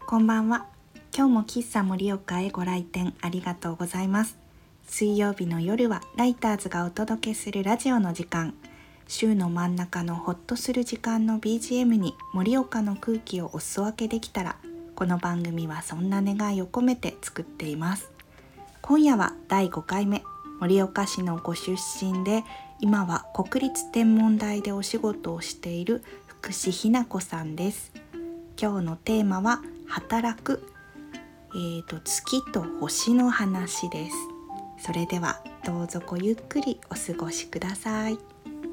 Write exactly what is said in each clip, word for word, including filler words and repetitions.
こんばんは。今日も喫茶盛岡へご来店ありがとうございます。水曜日の夜はライターズがお届けするラジオの時間。週の真ん中のホッとする時間の ビージーエム に盛岡の空気をお裾分けできたら、この番組はそんな願いを込めて作っています。今夜はだいごかいめ、盛岡市のご出身で今は国立天文台でお仕事をしている福士ひな子さんです。今日のテーマは働く、えーと、月と星の話です。それではどうぞごゆっくりお過ごしください。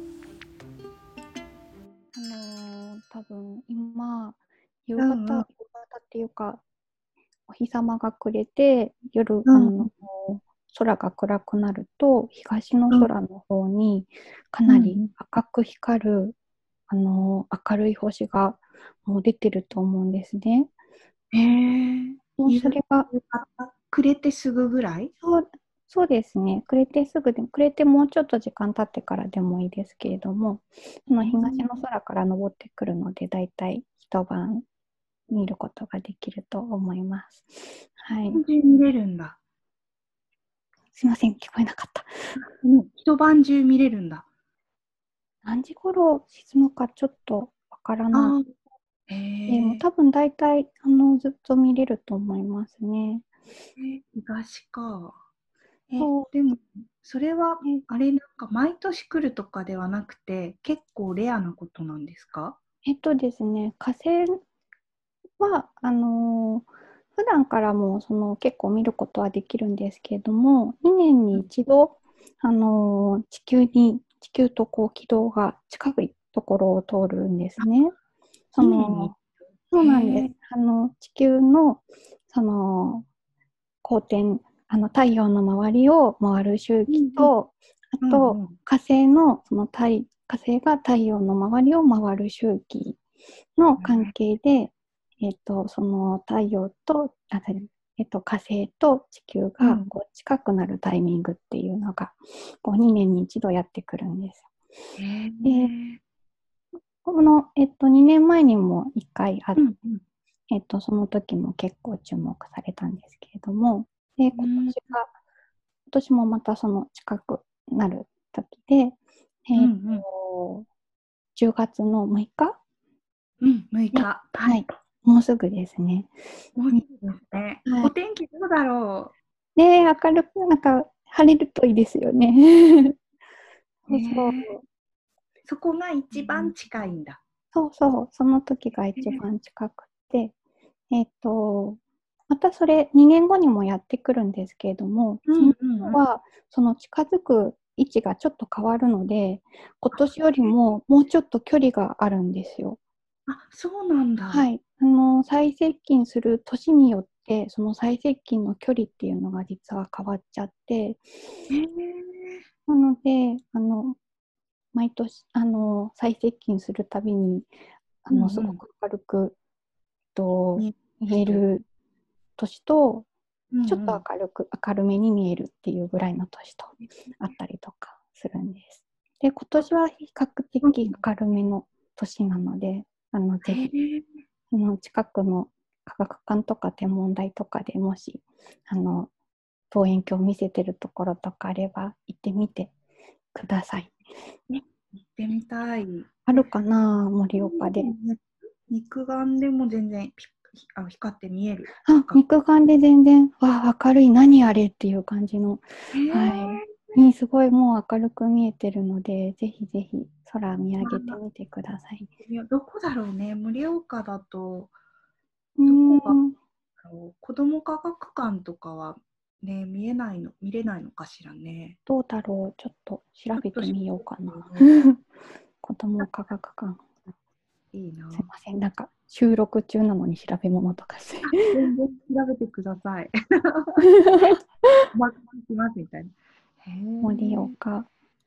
あのー、多分今夕方、 うんうん、 夕方っていうかお日様が暮れて夜、 うん、 あの空が暗くなると東のうん、 空の方にかうん、うなりん。 赤く光る、あの明るい星がもう出てると思うんですね。 へえ、 もう夕それが方暮れてすぐぐらい？ そう、そうですね。暮れてすぐでも、暮れてもうちょっと時間経ってからでもいいですけれども、その東の空から昇ってくるので、だいたい一晩見ることができると思います。はい。 一晩中見れるんだ。 すいません、聞こえなかった。 うん、一晩中見れるんだ。 何時頃沈むかちょっとわからない。 ああ、へでもえ、 多分大体あのずっと見れると思いますね。 東か。え、 そうでも、それは、 ね。 あれ、なんか、毎年来るとかではなくて、結構レアなことなんですか？ えっとですね、火星はあのー普段からもその結構見ることはできるんですけれども、にねんに一度、あのー地球に地球とこう軌道が近いところを通るんですね。そにねんに。 のそうなんです。 へえ。 あの地球のその公転、あの太陽の周りを回る周うんうん。 期と、あとうんうん。 火星のその太火星が太陽の周りを回る周期の関係で、えっと、その太陽と、あ、えっと、火星と地球うん。 がこう近くなるタイミングっていうのがこうにねんに一度やってくるんです。 へえ。 で、この、えっと、にねんまえにもいっかいあっうんうん。 えっと、その時も結構注目されたんですけれども、で、今うん。 年が、今年もまたその近くなる時で、えっうんうん。 と、じゅうがつのむいかうん、6 に、 日。はい。 はい、もうすぐですね。にもうすぐですね。 はい。 お天気どうだろで、明るく、なんか、晴れるといいですよね。 う。 そうそへえ。 う。 そこが一番うん近いんだ。 そうそう、その時がへえ。 一番近くて、えっと、またそれにねんごにもやってくるんですけれども、 うん今うんうん。 はその近づく位置がちょっと変わるので、今年よりももうちょっと距離があるんですよ。 あ、そうなんだ。 はい。あの、最接近する年によって、その最接近の距離っていうのが実は変わっちゃって、 へえ。 なので、あの、毎年、あの、最接近するたびに、あの、すうんうん。 ごく明るく、と、 見え見えして。 る年と、ちょっとうんうん。 明るく、明るめに見えるっていうぐらいの年とあったりとかするんです。で、今年は比較うん。 的明るめの年なので、あの、ぜへひ、 え。 あの、近くの科学館とか天文台とかでもし、あの、望遠鏡を見せてるところとかあれば行ってみてください。 ね、行ってみたい。 あるかな、盛岡で。 肉眼でも全然ピあ光って見える。 あ、 赤く。 肉眼で全然、わあ、明るい、何あれっていう感じの、 へはい。 え。 にすごいもう明るく見えてるので、ぜひぜひ空見上げてみてください。 いや、どこだろうね。盛岡だと、 うーどこがん、 だろう。子ども科学館とかはね、見えないの、見れないのかしらね。 どうだろう。ちょっと調ちょっと調べてみようべかな。 てみよ子供科学館。 う。いいな。 すいません。なんか収録中なのに調べ物とかして。 全然調べてください。まきますみたいな。へ盛え。 岡。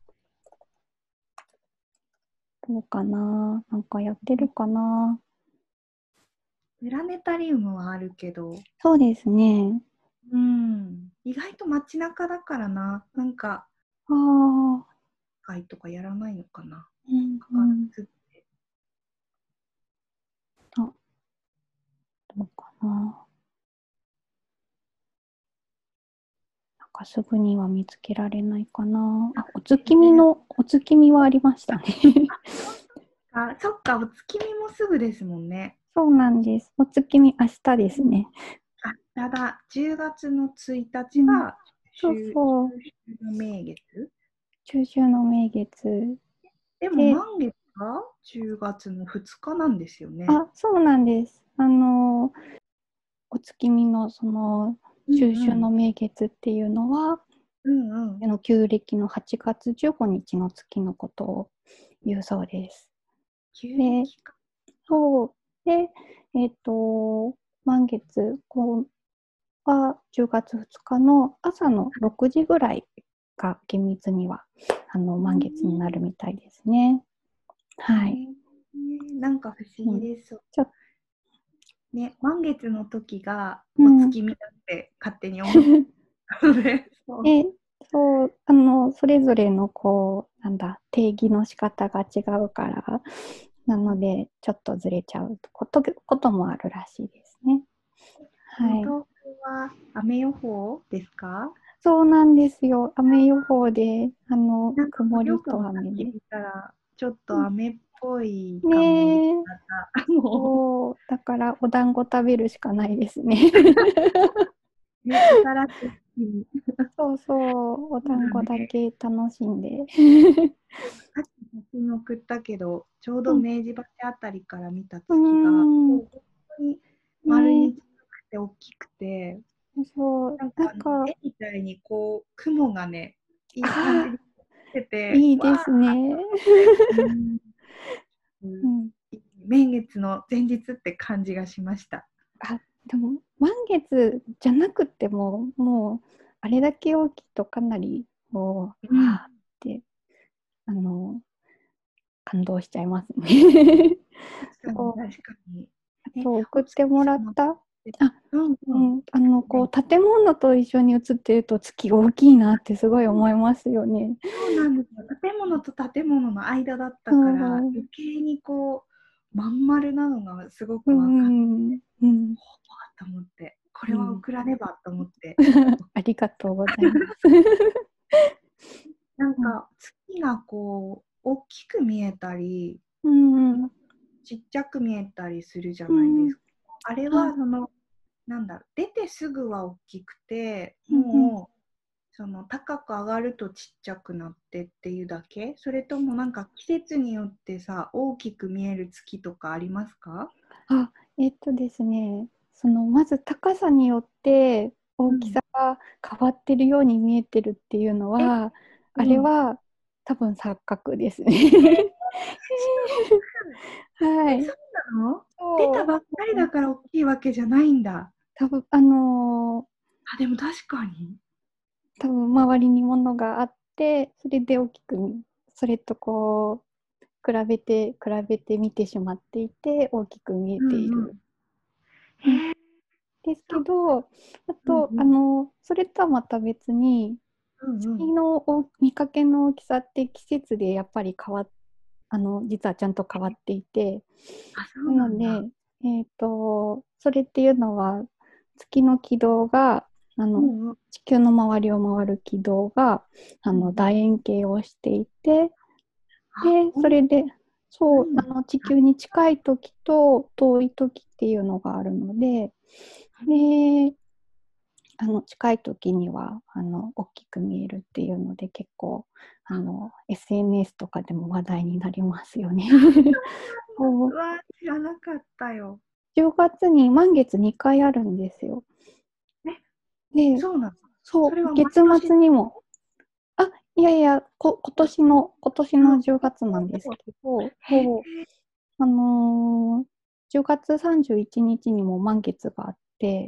どうかな、なんかやってるかな。 プラネタリウムはあるけど、 そうですね。 うん、意外と街中だからな、なんか、 ああ、 会とかやらないのかな。 うんかかうん。 ずあ、どうかうん、なんかすぐには見つけられないかな。あ、お月見ね、 の、お月見はありましたね。 あ、そっか、お月見もすぐですもんね。 そうなんです。お月見明日ですね。 あ、ただ、じゅうがつのついたうん、 ちがそう中そう。 秋の名月。 中秋の名月でもで、 満月がじゅうがつのふつかなんですよね。 あ、そうなんです。あの、お月見のそのうん中秋うん。 の名月っていうのは、 うんうん。 あの旧暦のはちがつじゅうごにちの月のことを言うそうです。 旧で、 暦か。 そう。で、えっと、満月こうはじゅうがつふつかの朝のろくじぐらいが厳密にはあのう満月になん。 るみたいですね。はい。 へえ、なんか不思うん、 議です。 ちょね、満月の時がうん。 お月見だって勝手に思ったので、そう。 で、そう、あの、それぞれのこう、なんだ、定義の仕方が違うから、なので、ちょっとずれちゃうこと、こともあるらしいですね。はい。 お豆腐は雨予報ですか？ そうなんですよ。雨予報で、あの、 なんか曇り盛岡と雨で。 の先見たら、ちょっとうん、 雨っぽいかも、夕ねえ、 方。もそう、だからお団子食べるしかないですね。 う、ね、新しい日に。 そうそう、おそう団子だだね。 け楽しんで。 さっき写真送ったけど、ちょううん、 ど明治橋あたりから見たうー月が、 ん、 もう本当に丸ねに近くて大きくて、 え、そう、 なんかあのなんか、 絵みたいにこう雲がね、いい感じああ、 に出てて、 いいでわーっすね。 て、うん、うんうん。 満月の前日って感じがしました。 あ、でも、満月じゃなくても、もう、あれだけ大きいとかなり、こう、 うん、 あーって、あの、感動しちゃいますね。 確かにそう。 確かに。え、 あと、送おっても月様っらった、 て、 あ、 うんうん。 うん、あの、こね、 う、建物と一緒に写ってると月大きいなってすごい思いますよね。 そうなんですよ。建物と建物の間だったから、 うん、 余計にこう、まん丸なのがすごうく分かって、 ん、うん、 ほわと思って、これはうん。 送らねばと思って、 ありがとうございます。 なんうん、 か月がこう、大きく見えたり、 うん、 ちっちゃく見えたりするじゃうん、 ないですか。あれはあ、 その、なんだろう、出てすぐは大きくて、 うん、うん。 もう、その高く上がるとちっちゃくなってっていうだけ？それともなんか季節によってさ、大きく見える月とかありますか？ あ、えっとですね、そのまず高さによって大きうん。 さが変わってるように見えてるっていうのえ、 は、あうん。 れは多分錯覚ですえー、 ね。 知はい。 らなかった。そうなの？出たそう。 ばっかりだから大きいわけじゃないんだ。 多分、あのーあ、でも確かに。 多分周りに物があって、それで大きく、それとこう、比べて、比べて見てしまっていて、大きく見えうんうん。 ている。うん、 へえ、 ですそっか。 けど、あと、あうんうん。 の、それとはまた別に、 うんうん。 月の大見かけの大きさって季節でやっぱり変わっ、あの、実はちゃんと変わっていて、 あ、そうななんだ。 ので、えっと、それっていうのは、月の軌道が、あの、 うんうん。 地球の周りを回る軌道が、あの、 うんうん。 楕円形をしていて、 あ、 で、 ほんとそれで、そう、 に。 あの、地球に近い時と遠い時っていうのがあるので、で、あの近い時にはあの大きく見えるっていうので結構あの エスエヌエス とかでも話題になりますよね。そう、 うわ、知らなかったよ。 じゅうがつに満月にかいあるんですよ。 え、 で、 そうなの？そそう、 れは毎月年？ 末にも、あ、いやいや、こ、今年の、今年あ、 のじゅうがつなんですけど、 へえ、 そう、あのーじゅうがつさんじゅういちにちにちにも満月があって、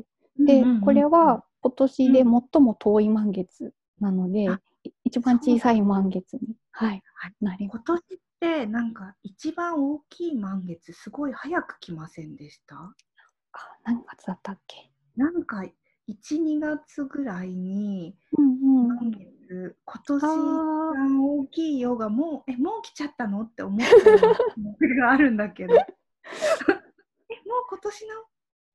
で、 うんうんこうんうん。 れは今年でうん。 最も遠い満月なのあ、 で、い一番そうなんだ。 小さい満月に、はい、 はい。 なります。 今年ってなんか一番大きい満月すごい早く来ませんでした？ あ、何月だったっけ？ なんかいち、にがつぐらいにうんうん。 満月、今あ年一あ、 番大きいよがもう、え、もう来ちゃったのって思ったような気持ちがあるんだけど。え、もう今年の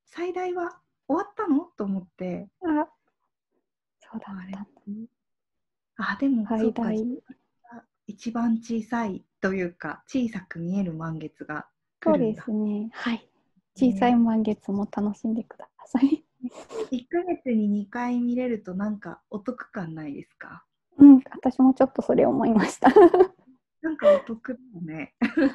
最大は終わったのと思って、 あ、そうだあれったんだ。 あ、でもそっか、 最大。 一番小さいというか、小さく見える満月がそうで来るんだ。 すね。はい。小さいね、 満月も楽しんでください。 いっかげつににかい見れるとなんかお得感ないですか？ うん、私もちょっとそれ思いました。 なんかお得だよね。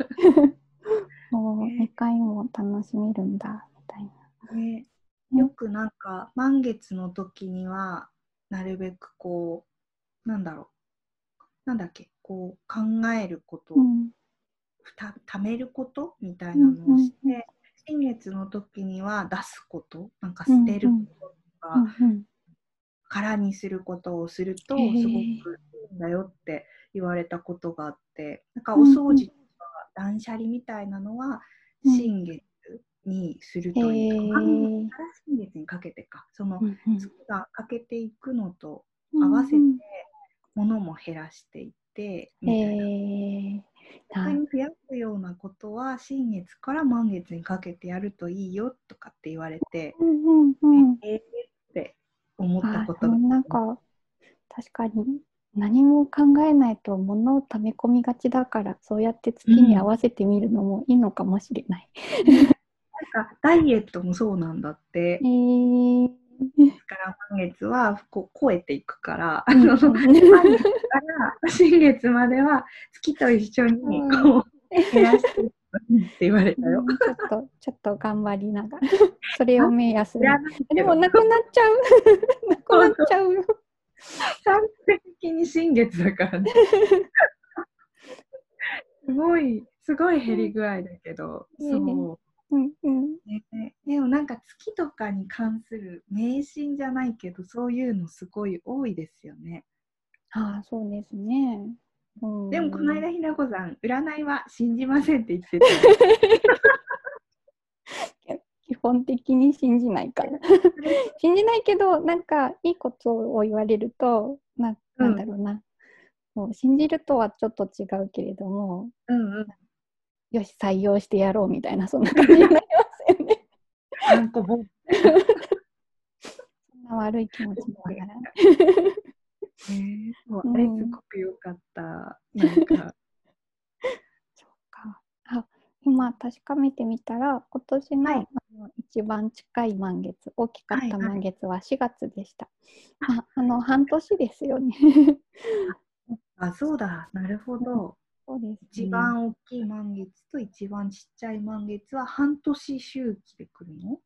もうねにかいも楽しめるんだ、みたいね、 な。うん、 よくなんか満月の時にはなるべくこう、なんだろう、なんだっけ、こう考えること、 うん、 た貯めることみたいうん、 なのうん、うん、 をして、新月の時には出すこと、なんかうん、 捨てるこうん、 ととか、 うん、うん。 空にすることをするへとすごくえ、 いいんだよって言われたことがあって、なんかうん、うん、 お掃除とか断捨離みたいなのはうん。 新月にするへといいとか、満月え、 から新月にかけてか、そのうん、うん、 月が欠けていくのとうん、 合わせてうん。 物も減らしていってへみたいな。 え、な、 逆に増やすようなことは新月から満月にかけてやるといいよとかって言われて、 うん、うん、うん。 えーって思ったあ、 ことが。 でもなんか、確かに何も考えないと物を溜め込みがちだから、そうやって月に合うん。 わせてみるのもいいのかもしれない。 ね、なんかダイエットもそうなんだっえて。 ー、 から満月はこう超えていくから、あうん、 のうん。 満月から新月までは月と一緒にうんこう減らしていくといいって言われたよ。 うん、ちょっと、ちょっと頑張りながら、それをあ、 目安に。 いらないけど、 でも、なくなっちゃう。なくなっそうそう、 ちゃうよ。 完璧に新月だからね。すごい、すごい減り具合だけど、 えー、 そうん、うん。 う。ね、でもなんか月とかに関する迷信じゃないけど、そういうのすごい多いですよね。 ああ、そうですね。うでもこのん。 間ひなこさん、占いは信じませんって言ってたよ。 基本的に信じないから。信じないけど、なんかいいことを言われると、な、なんだうん、 ろうな。もう信じるとはちょっと違うけれども、 うんうん。 よし、採用してやろうみたいな、そんな感じになりますよね。 ハンコボン。 そんな悪い気持ちにはならない。 えー、もうあれすうん。 ごく良かった。なんか、 そうか。あ、今確かめてみたら、今年の、 はい、 あの一番近い満月、大きかったはい、はい。 満月はしがつでした。まあ、あの、半年ですよね。 あ、そうだ、なるほうん、 ど。 そうです一ね。 番大きい満月と一番ちっちゃい満月は半年周期で来るの？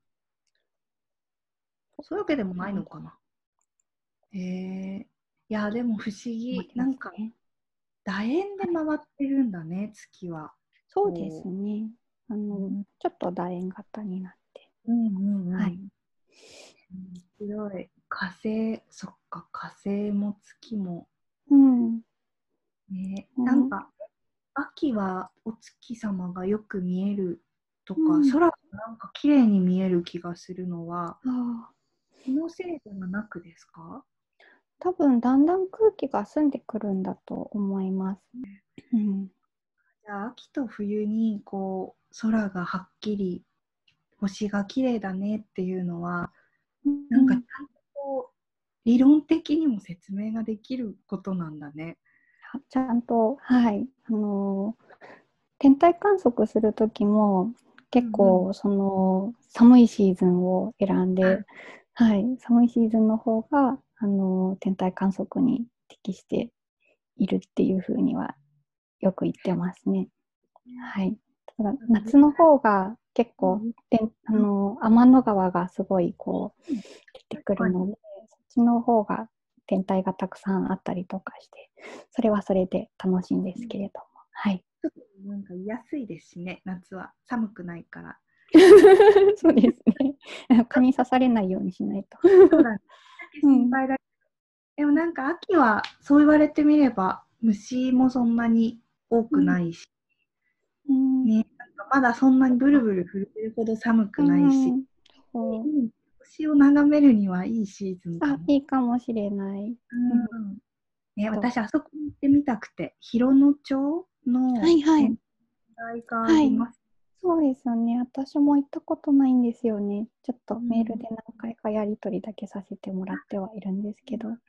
そういうわけでもないなんだ。 のかな。へえ。いや、でも不思議。 待ちまなんか、 すね。 楕円ではい。 回ってるんだね、月は。 そうですこね。あう。うの、 ん、 ちょっと楕円型になって。 うんうんうはい。 ん。面白い。火星、そっか、火星も月も。 うん。 ね、 うん。 なんか、秋はお月様がよく見えるとか、 うん。 空がなんか綺麗に見える気がするのは、 ああ、 気のせいではなくですか？ 多分だんだん空気が澄んでくるんだと思います。うん。 じゃあ、秋と冬にこう空がはっきり、星が綺麗だねっていうのは、 うなんかちん。 ゃんとこう理論的にも説明ができることなんだね。 ちゃんと、はい。あのー天体観測するときも結うんうん。 構その寒いシーズンを選んあ、 で、はい、寒いシーズンの方があの天体観測に適しているっていうふうにはよく言ってますね。はい。ただなんか絶夏の方が結構対、 であうんの天の川がすごいこううん、 出てくる確かに。 ので、そっちの方が天体がたくさんあったりとかして、それはそれで楽しいんですけれども、はい。 ちょっとなんか安いですしね、夏は寒くないから。 そうですね。蚊に刺されないようにしないと。 そうだね。だけうん。 心配だ。でもなんか秋はそう言われてみれば虫もそんなに多うん。 くないし、 うん。 ね、なんかまだそんなにブルブル震えるほど寒うくないし、 ん。そう。 うん、星を眺めるにはいいシーズンかあ、 も。 いいかもしれない。うん。 うん、ね、 と。 私あそこに行ってみたくて、広野町のはいはい。 天体があはい。 ります。 そうですよね。私も行ったことないんですよね。ちょっとメールうんで何回かやり取りだけさせてもらってはいるんですけど。はい。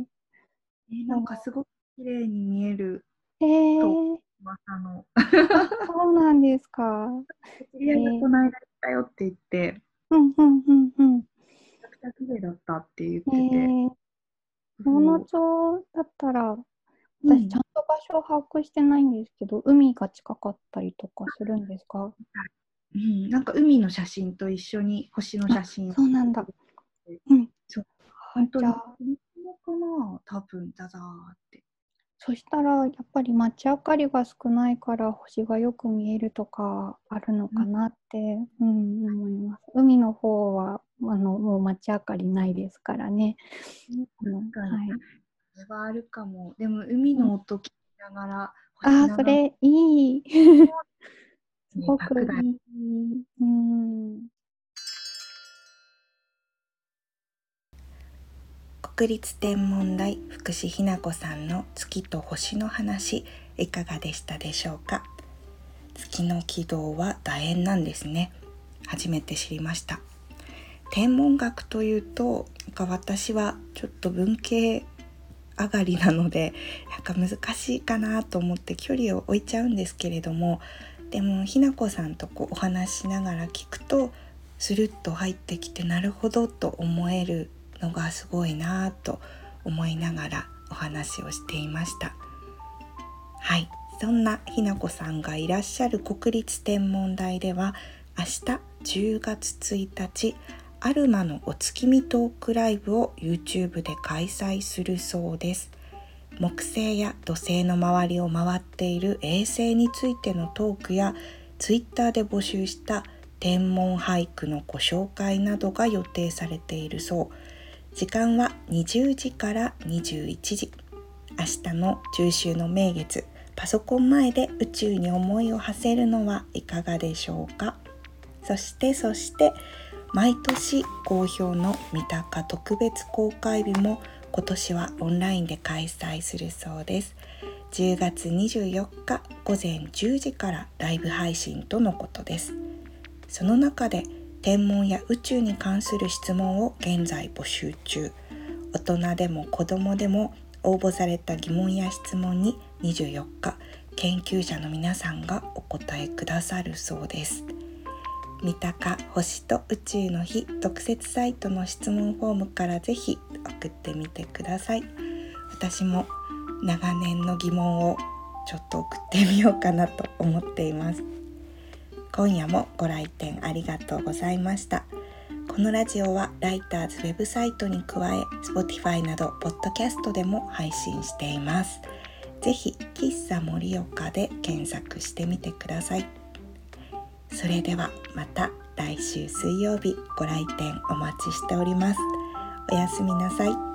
え、なんかそすごく綺麗に見えるう。えと、 ー、 噂の。 あ、そうなんですか。 知り合いがえー、 この間行ったよって言って、 うんうんうんうん。 めちゃくちゃ綺麗だったって言っえてて、 ー、大野そ町だったら、 う、うん、 私ちゃんと場所を把握してないんですけど、海が近かったりとかするんですか？ うん、なんか海の写真と一緒に星の写あ、 真をそうなんだ。 撮って、 うん。 そう、 あ、 本当に、 じゃあ、 本当かな、多分だだーって。 そしたら、やっぱり街明かりが少ないから星がよく見えるとかあるのうん、 かなって、うん、思います。海の方は、あの、もう街明かりないですからね。うん、 確かに、 はい。 それはあるかも。でも海うん、 の音聞きながら、星ああ、そ眺れいい。すめ、ね、 ごく楽だよ。 いい。うん。 国立天文台福士日奈子さんの月と星の話、いかがでしたでしょうか。月の軌道は楕円なんですね。初めて知りました。天文学というと、なんか私はちょっと文系上がりなので、なんか難しいかなと思って距離を置いちゃうんですけれども、でもひなこさんとこうお話ししながら聞くと、スルッと入ってきて、なるほどと思えるのがすごいなと思いながらお話をしていました。はい、そんなひなこさんがいらっしゃる国立天文台では、明日じゅうがつついたち、アルマのお月見トークライブを YouTube で開催するそうです。木星や土星の周りを回っている衛星についてのトークや、 Twitter で募集した天文俳句のご紹介などが予定されているそう。時間はにじゅうじからにじゅういちじ。明日の中秋の名月、パソコン前で宇宙に思いを馳せるのはいかがでしょうか。そしてそして毎年好評の三鷹特別公開日も今年はオンラインで開催するそうです。じゅうがつにじゅうよっかごぜんじゅうじからライブ配信とのことです。その中で天文や宇宙に関する質問を現在募集中。大人でも子どもでも応募された疑問や質問ににじゅうよっか研究者の皆さんがお答えくださるそうです。三鷹星と宇宙の日特設サイトの質問フォームからぜひ送ってみてください。私も長年の疑問をちょっと送ってみようかなと思っています。今夜もご来店ありがとうございました。このラジオはライターズウェブサイトに加え Spotify などポッドキャストでも配信しています。ぜひ喫茶盛岡で検索してみてください。それではまた来週水曜日ご来店お待ちしております。おやすみなさい。